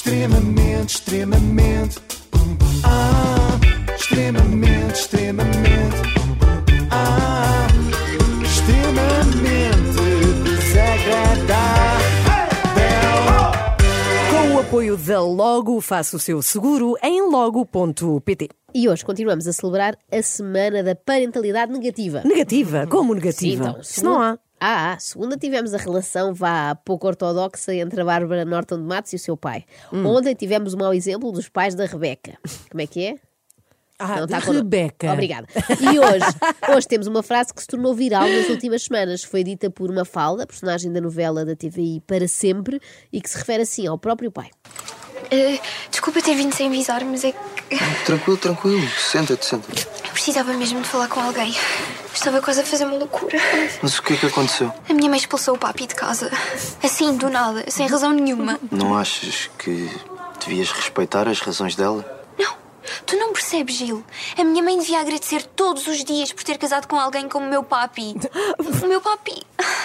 Extremamente, extremamente. Extremamente, extremamente. Extremamente desagradável. Com o apoio da Logo, faça o seu seguro em logo.pt. E hoje continuamos a celebrar a Semana da Parentalidade Negativa. Negativa? Como negativa? Sim, então, Se não há. Segunda tivemos a relação pouco ortodoxa entre a Bárbara Norton de Matos e o seu pai. Ontem tivemos o mau exemplo dos pais da Rebeca. Como é que é? Não, está Rebeca. Obrigada. E hoje temos uma frase que se tornou viral nas últimas semanas. Foi dita por Mafalda, personagem da novela da TVI Para Sempre, e que se refere assim ao próprio pai. Desculpa ter vindo sem avisar, mas é que... Tranquilo. Senta-te. Eu precisava mesmo de falar com alguém. Estava quase a fazer uma loucura. Mas o que é que aconteceu? A minha mãe expulsou o papi de casa. Assim, do nada, sem razão nenhuma. Não achas que devias respeitar as razões dela? Não, tu não percebes, Gil. A minha mãe devia agradecer todos os dias por ter casado com alguém como o meu papi. O meu papi...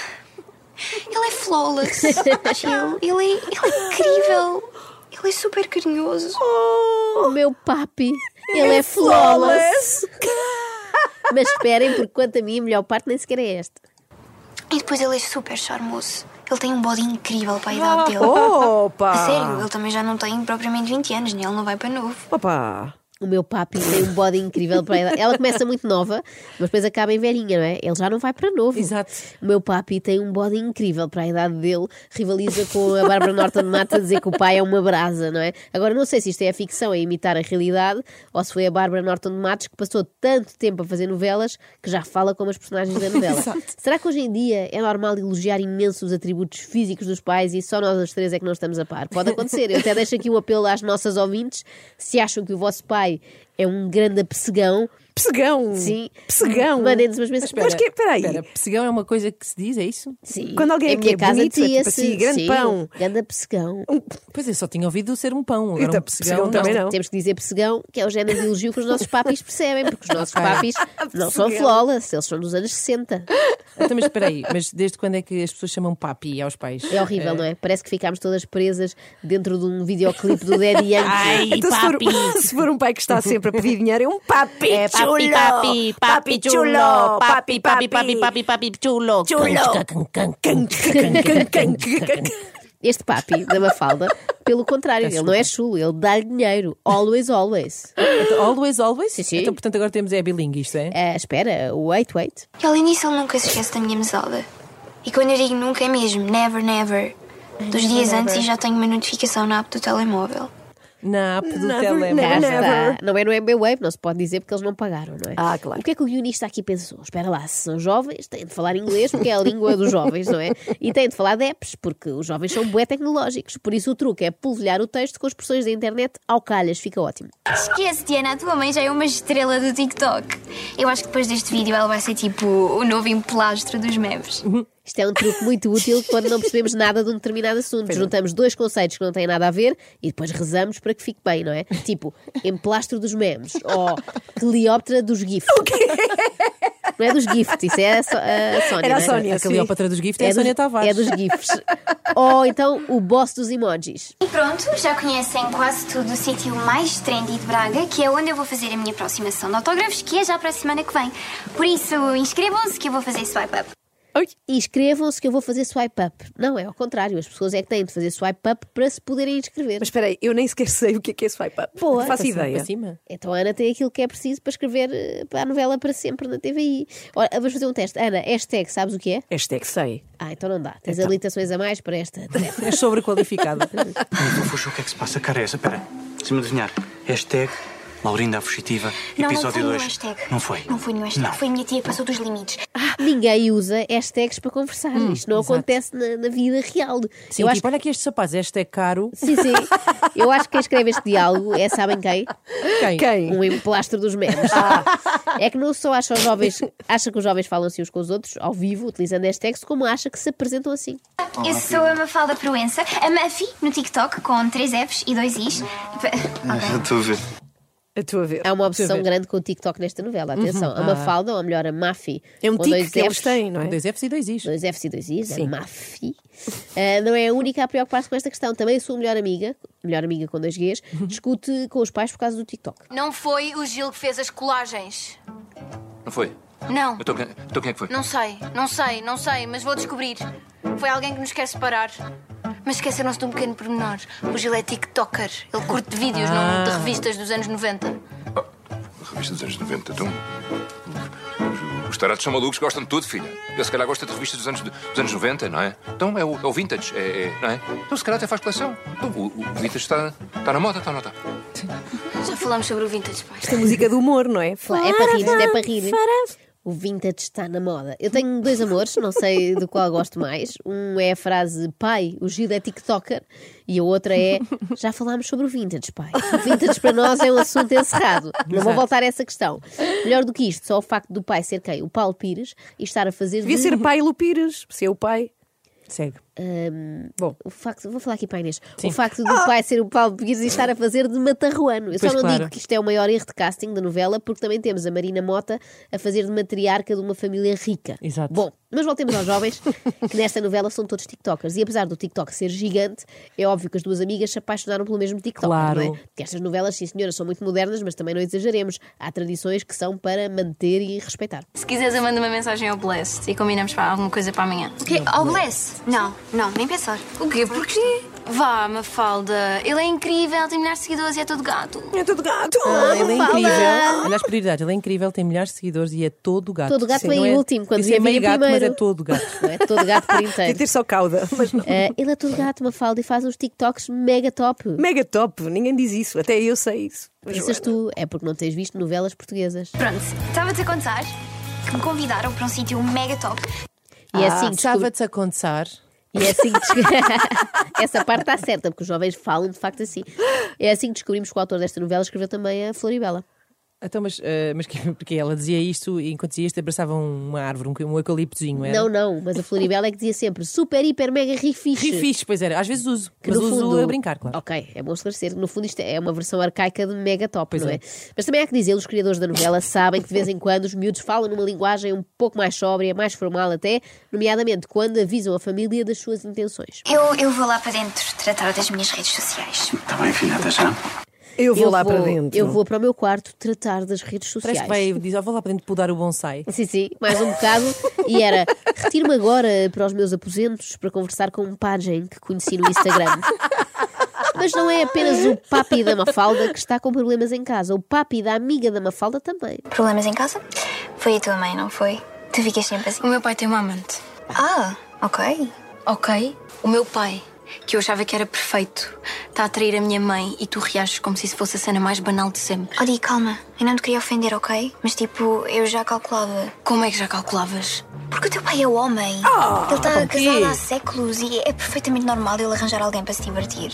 Ele é flawless. Gil, ele é incrível. Ele é super carinhoso. O meu papi, ele é flawless. Mas esperem, porque quanto a mim, a melhor parte nem sequer é esta. E depois ele é super charmoso. Ele tem um body incrível para a idade dele. Opa! A sério, ele também já não tem propriamente 20 anos, nem ele não vai para novo. Opa! O meu papi tem um body incrível para a idade. Ela começa muito nova, mas depois acaba em velhinha, não é? Ele já não vai para novo. Exato. O meu papi tem um body incrível para a idade dele. Rivaliza com a Bárbara Norton de Matos a dizer que o pai é uma brasa, não é? Agora, não sei se isto é a ficção, a imitar a realidade, ou se foi a Bárbara Norton de Matos que passou tanto tempo a fazer novelas que já fala como as personagens da novela. Será que hoje em dia é normal elogiar imenso os atributos físicos dos pais e só nós as três é que não estamos a par? Pode acontecer. Eu até deixo aqui um apelo às nossas ouvintes. Se acham que o vosso pai é um grande pessegão. Pessegão? Sim. Pessegão? Mandem-nos umas mensagens. Mas espera aí. Espera, pessegão é uma coisa que se diz, é isso? Sim. Quando alguém aqui é bonito, é tipo assim, grande pão. Grande pessegão. Pois eu só tinha ouvido ser um pão. Agora Então, um pessegão também não. Temos que dizer pessegão, que é o género de elogio que os nossos papis percebem, porque os nossos papis não são flawless, eles são dos anos 60. Então, mas espera aí, mas desde quando é que as pessoas chamam papi aos pais? É horrível, não é? Parece que ficámos todas presas dentro de um videoclipe do Daddy Yankee. Ai, Então, papi! se for um pai que está sempre a pedir dinheiro, é um papi É chulo! papi chulo, papi chulo. Este papi da Mafalda, pelo contrário, ele não é chulo, ele dá-lhe dinheiro. Always, always. Então, always? Sim. Então, portanto, agora temos bilingue, isto é? Espera, wait. E além disso, ele nunca se esquece da minha mesada. E quando eu digo nunca é mesmo never. Dos dias antes e já tenho uma notificação na app do telemóvel. Na app do Never, telemóvel. never. Está. Não é no MBWave, não se pode dizer porque eles não pagaram, não é? Claro. O que é que o guionista aqui pensou? Espera lá, se são jovens, têm de falar inglês porque é a língua dos jovens, não é? E têm de falar de apps, porque os jovens são bué tecnológicos. Por isso o truque é polvilhar o texto com expressões da internet ao calhas, fica ótimo. Esquece, Diana, a tua mãe já é uma estrela do TikTok. Eu acho que depois deste vídeo ela vai ser tipo o novo emplastro dos memes. Isto é um truque muito útil quando não percebemos nada de um determinado assunto. Juntamos dois conceitos que não têm nada a ver e depois rezamos para que fique bem, não é? Tipo, emplastro dos memes ou Cleópatra dos GIFs. Não é dos GIFs, isso é a Sónia. Era a não é? Sónia, A Cleópatra dos GIFs é a Sónia Tavares. É dos GIFs. Ou então o boss dos emojis. E pronto, já conhecem quase tudo o sítio mais trendy de Braga, que é onde eu vou fazer a minha próxima sessão de autógrafos, que é já para a semana que vem. Por isso, inscrevam-se que eu vou fazer swipe up. E inscrevam-se que eu vou fazer swipe up. Não, é ao contrário. As pessoas é que têm de fazer swipe up para se poderem inscrever. Mas espera aí, eu nem sequer sei o que é swipe up. Boa. Não faço Para ideia. cima. Então a Ana tem aquilo que é preciso para escrever para a novela Para Sempre na TVI. Ora, vamos fazer um teste. Ana, hashtag, sabes o que é? Hashtag sei. Então não dá. Tens habilitações a mais para esta tarefa. És sobrequalificado. Vou fugir, o que é que se passa? Cara, essa, espera. Deixa-me adivinhar. Hashtag Laurinda a Fugitiva, episódio não foi 2. nenhum hashtag. Não foi? Não foi nenhum hashtag. Não. Foi a minha tia que passou dos limites. Ninguém usa hashtags para conversar. Isto não exato. acontece na vida real. Sim, Eu tipo, acho olha aqui este rapaz, este é caro. Sim. Eu acho que quem escreve este diálogo é, sabem quem? Quem? Um emplastro dos memes. É que não só acha que os jovens falam assim uns com os outros, ao vivo, utilizando hashtags, como acha que se apresentam assim. Eu sou a Mafalda Proença, a Muffy, no TikTok, com 3 Fs e 2 Is. Já estou a ver. A tua ver. Há uma obsessão ver. grande com o TikTok nesta novela. Atenção, a Mafalda, ou melhor, a Mafi. É um com tique dois que eles Fs, têm, não é? 2 Fs e 2 Is. 2 Fs e 2 Is, Sim. a Mafi. Não é a única a preocupar-se com esta questão. Também a sua melhor amiga com 2 Gs, discute com os pais por causa do TikTok. Não foi o Gil que fez as colagens. Não foi? Não. Então quem é que foi? Não sei, mas vou descobrir. Foi alguém que nos quer separar. Mas esqueceram-se de um pequeno pormenor. O Gil é TikToker. Ele curte vídeos, não de revistas dos anos 90. Revista dos anos 90, então. Os tarados são malucos, gostam de tudo, filha. Ele se calhar gosta de revistas dos anos 90, não é? Então é o vintage, não é? Então se calhar até faz coleção. Então o vintage está na moda, está ou não está? Já falámos sobre o vintage, pai. Esta música do humor, não é? É para rir, isto é para rir. O vintage está na moda. Eu tenho 2 amores, não sei do qual gosto mais. Um é a frase pai, o Gil é TikToker. E a outra é já falámos sobre o vintage, pai. O vintage para nós é um assunto encerrado. Não vou voltar a essa questão. Melhor do que isto, só o facto do pai ser quem? O Paulo Pires e estar a fazer... Devia ser pai Lupires, se é o pai. Segue. Bom, O facto, vou falar aqui para a Inês. O facto do pai ser o Paulo Pires e estar a fazer de matarruano. Eu só Pois, não claro. digo que isto é o maior erro de casting da novela, porque também temos a Marina Mota a fazer de matriarca de uma família rica. Exato. Bom, mas voltemos aos jovens, que nesta novela são todos TikTokers. E apesar do TikTok ser gigante, é óbvio que as duas amigas se apaixonaram pelo mesmo TikTok. Claro. Não é? Porque estas novelas, sim senhora, são muito modernas, mas também não exageremos. Há tradições que são para manter e respeitar. Se quiseres, eu mando uma mensagem ao Blessed e combinamos para alguma coisa para amanhã. O quê? Ao Bless? Não, nem pensar. O quê? Porquê? Vá, Mafalda. Ele é incrível, tem milhares de seguidores e é todo gato. é todo gato. Ele é Mafalda! incrível. Olha as prioridades. Ele é incrível, tem milhares de seguidores e é todo gato. Todo gato Sim, vem não em é- último, quando Isso é vem meio gato, mas primeiro. é todo gato. Não é? Todo gato por Tem inteiro. que ter só cauda. Mas não. Ele é todo gato, Mafalda, e faz uns TikToks mega top. Mega top, ninguém diz isso. Até eu sei isso. Pensas tu, é porque não tens visto novelas portuguesas. Pronto, estava-te a contar que me convidaram para um sítio mega top. E é assim que Estava-te a contar. E é assim que essa parte está certa, porque os jovens falam de facto assim. É assim que descobrimos que o autor desta novela escreveu também a Floribela. Então, mas porque ela dizia isto e enquanto dizia isto abraçava uma árvore, um eucaliptozinho, era? Não, mas a Floribela é que dizia sempre super, hiper, mega rifixe. Rifixe, pois era. Às vezes uso, Que mas no uso fundo, a brincar, claro. Ok, é bom esclarecer. No fundo, isto é uma versão arcaica de mega top, Pois não é. é? Mas também há que dizer, os criadores da novela sabem que de vez em quando os miúdos falam numa linguagem um pouco mais sóbria, mais formal até, nomeadamente quando avisam a família das suas intenções. Eu vou lá para dentro tratar das minhas redes sociais. Está bem, filha, até já. Eu vou lá para dentro. Eu vou para o meu quarto tratar das redes sociais. Parece que vai dizer, vou lá para dentro podar o bonsai. Sim, mais um bocado. E era, retiro-me agora para os meus aposentos para conversar com um pajem que conheci no Instagram. Mas não é apenas o papi da Mafalda que está com problemas em casa. O papi da amiga da Mafalda também. Problemas em casa? Foi a tua mãe, não foi? Tu ficas sempre assim. O meu pai tem uma amante. Ah, ok. Ok? O meu pai, que eu achava que era perfeito, está a trair a minha mãe e tu reages como se isso fosse a cena mais banal de sempre. Odi, calma. Eu não te queria ofender, ok? Mas tipo, eu já calculava. Como é que já calculavas? Porque o teu pai é homem. Ele está casado há séculos e é perfeitamente normal ele arranjar alguém para se divertir.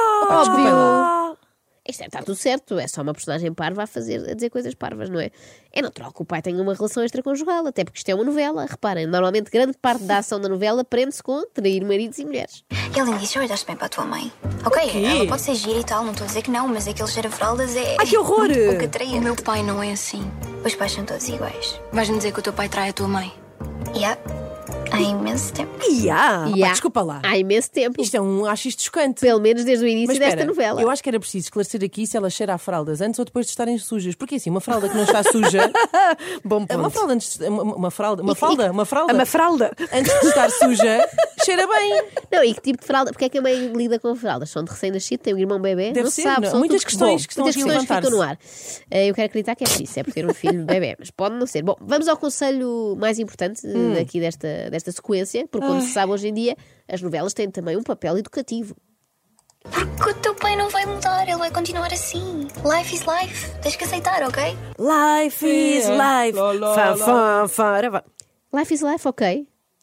Óbvio. Isto está tudo certo, é só uma personagem parva a dizer coisas parvas, não é? É natural que o pai tenha uma relação extraconjugal, até porque isto é uma novela. Reparem, normalmente grande parte da ação da novela prende-se com trair maridos e mulheres. E além disso, já olhaste bem para a tua mãe. Ok, ela pode ser gira e tal, não estou a dizer que não, mas aquele cheira-fraldas é... Ai, que horror! muito pouco O atraente. meu pai não é assim. Os pais são todos iguais. Vais-me dizer que o teu pai trai a tua mãe. Yeah. Há imenso tempo. E há. E há- desculpa lá. Há imenso tempo. Acho isto chocante. Pelo menos desde o início Mas desta espera, novela. eu acho que era preciso esclarecer aqui se ela cheira a fraldas antes ou depois de estarem sujas. Porque assim, uma fralda que não está suja. Bom ponto. Uma fralda antes de, uma fralda. A Mafralda. Antes de estar suja, cheira bem. Não, e que tipo de fralda? Porque é que a mãe lida com fraldas? São de recém-nascido, tem um irmão bebê? Deve não ser, sabe, não. são Muitas tudo- questões Bom, que estão muitas aqui a questões ficam levantar-se. no ar. Eu quero acreditar que é por isso, é por ter um filho bebê, mas pode não ser. Bom, vamos ao conselho mais importante aqui desta sequência, porque como se sabe hoje em dia, as novelas têm também um papel educativo. Porque o teu pai não vai mudar, ele vai continuar assim. Life is life. Tens que aceitar, ok? Life is life. Fã. Life is life, ok?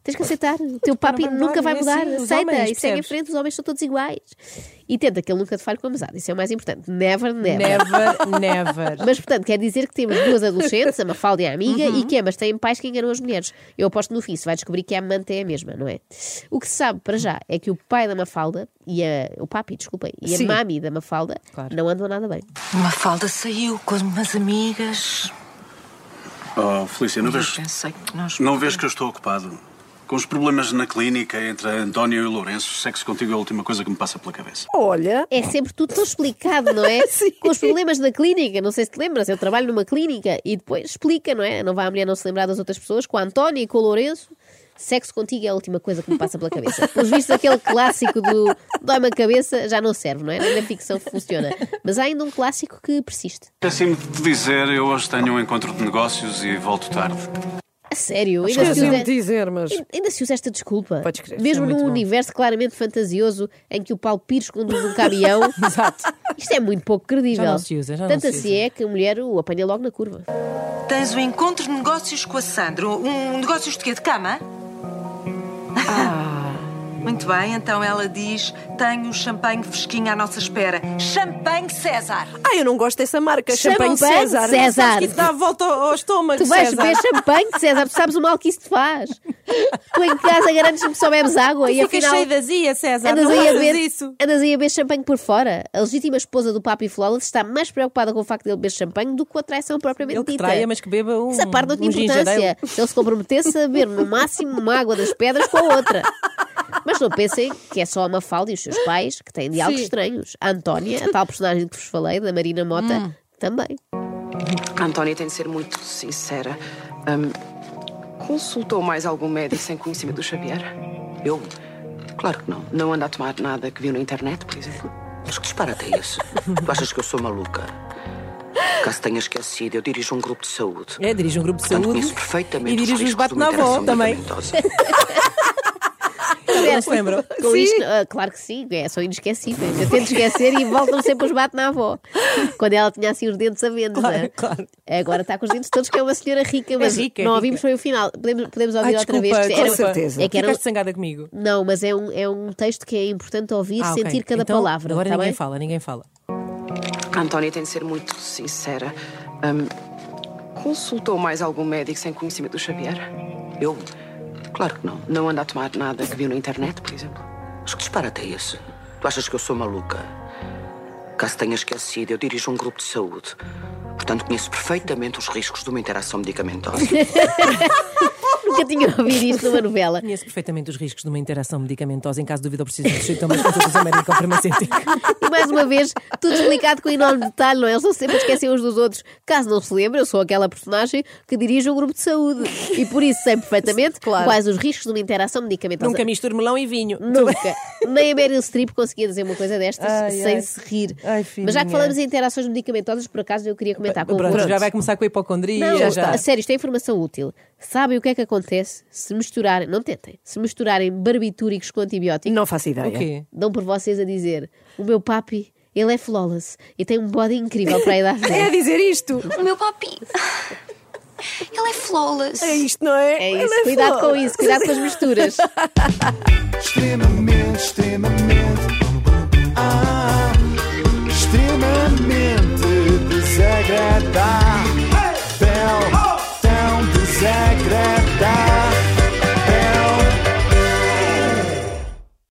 Tens que aceitar. O teu papi não vai nunca vai mudar, mudar. é assim, os Aceita homens, e segue em percebes? frente. Os homens são todos iguais. E tenta que ele nunca te falhe com a amizade. Isso é o mais importante. Never, never. Never, never. Mas, portanto, quer dizer que temos duas adolescentes, a Mafalda e a amiga, e que ambas têm pais que enganam as mulheres. Eu aposto que no fim se vai descobrir que a amante é a mesma, não é? O que se sabe para já é que o pai da Mafalda o papi, desculpem, e Sim. a mami da Mafalda não andam nada bem. Mafalda saiu com umas amigas. Oh, Felícia, não Eu vês, pensei que nós... não vês que eu estou ocupado? Com os problemas na clínica entre a Antónia e o Lourenço, sexo contigo é a última coisa que me passa pela cabeça. Olha, É sempre tudo tão explicado, não é? Com os problemas da clínica, não sei se te lembras, eu trabalho numa clínica e depois explica, não é? Não vai a mulher não se lembrar das outras pessoas, com a Antónia e com o Lourenço. Sexo contigo é a última coisa que me passa pela cabeça. Pelos vistos, aquele clássico do dói-me a cabeça já não serve, não é? Nem na ficção funciona. Mas há ainda um clássico que persiste. Esqueci-me de te dizer, eu hoje tenho um encontro de negócios e volto tarde. A sério? esqueci-me de dizer, mas... Ainda se usa esta desculpa. Podes crer, Mesmo é muito num bom. universo claramente fantasioso em que o Paulo Pires conduz um caminhão. Exato. Isto é muito pouco credível. Já não se usa, já não Tanto se assim usa. é que a mulher o apanha logo na curva. Tens um encontro de negócios com a Sandra. Negócios de quê? De cama? Muito bem, então ela diz: tenho champanhe fresquinho à nossa espera. Champanhe César. Eu não gosto dessa marca. Champanhe Champanhe César. César. Sabes que isso dá a volta ao estômago, Tu vais César. beber champanhe, César, tu sabes o mal que isso te faz. Tu em casa garantes-me que só bebes água e Ficas afinal cheio de azia, César. andas Não aí a fazes beber isso. andas aí a beber champanhe por fora. A legítima esposa do Papi Flawless está mais preocupada com o facto de ele beber champanhe do que com a traição propriamente Ele que dita. traia, mas que beba um. Essa parte não tinha um ginger ale. importância. Se ele se comprometesse a beber no máximo uma água das pedras com a outra. Mas não pensem que é só a Mafalda e os seus pais que têm diálogos estranhos. A Antónia, a tal personagem de que vos falei, da Marina Mota, também. A Antónia tem de ser muito sincera. Consultou mais algum médico sem conhecimento do Xavier? Eu? Claro que não. Não anda a tomar nada que viu na internet, por exemplo. Mas que disparate é esse? Tu achas que eu sou maluca? Caso tenha esquecido, eu dirijo um grupo de saúde. Dirige um grupo de Portanto, saúde conheço perfeitamente e dirige os riscos bate de uma na avó interação também. medicamentosa. Não se lembram? Com isto, claro que sim, são inesquecíveis. Eu tento esquecer e voltam sempre os bate na avó. Quando ela tinha assim os dentes a vendo, não é? Claro. Agora está com os dentes todos, que é uma senhora rica, mas rica, não rica. ouvimos foi o final. Podemos ouvir outra Desculpa, vez. com certeza. É que era Ficaste zangada comigo. Não, mas é um texto que é importante ouvir, Ok. sentir cada Então, palavra. Agora tá ninguém bem? fala, ninguém fala. A Antónia tem de ser muito sincera. Consultou mais algum médico sem conhecimento do Xavier? Eu? Claro que não. Não anda a tomar nada que viu na internet, por exemplo. Mas que disparate é esse? Tu achas que eu sou maluca? Caso tenha esquecido, eu dirijo um grupo de saúde. Portanto, conheço perfeitamente os riscos de uma interação medicamentosa. Nunca tinha ouvido isto numa novela. Conheço perfeitamente os riscos de uma interação medicamentosa. Em caso de dúvida, eu preciso de sintomas consultas médico farmacêutico. E mais uma vez, tudo explicado com enorme detalhe, não é? Eles estão sempre a esquecer uns dos outros. Caso não se lembre, eu sou aquela personagem que dirige um grupo de saúde. E por isso sei perfeitamente quais os riscos de uma interação medicamentosa. Nunca misturo melão e vinho. Nunca. Nem a Meryl Streep conseguia dizer uma coisa destas Ai, sem ai. se rir. Ai, Mas já que filhinha. falamos em interações medicamentosas, por acaso eu queria comentar com Pronto, vocês. já vai começar com a hipocondria. Não, já. a sério, isto é informação útil. Sabem o que é que acontece se misturarem, não tentem, se misturarem barbitúricos com antibióticos? Não faço ideia. O quê? Dão por vocês a dizer: o meu papi, ele é flawless e tem um body incrível para a idade É a dele. dizer isto. O meu papi. Ele é flawless. É isto, não é? É isso, Ele cuidado com flawless. isso, cuidado com as misturas. Extremamente, extremamente.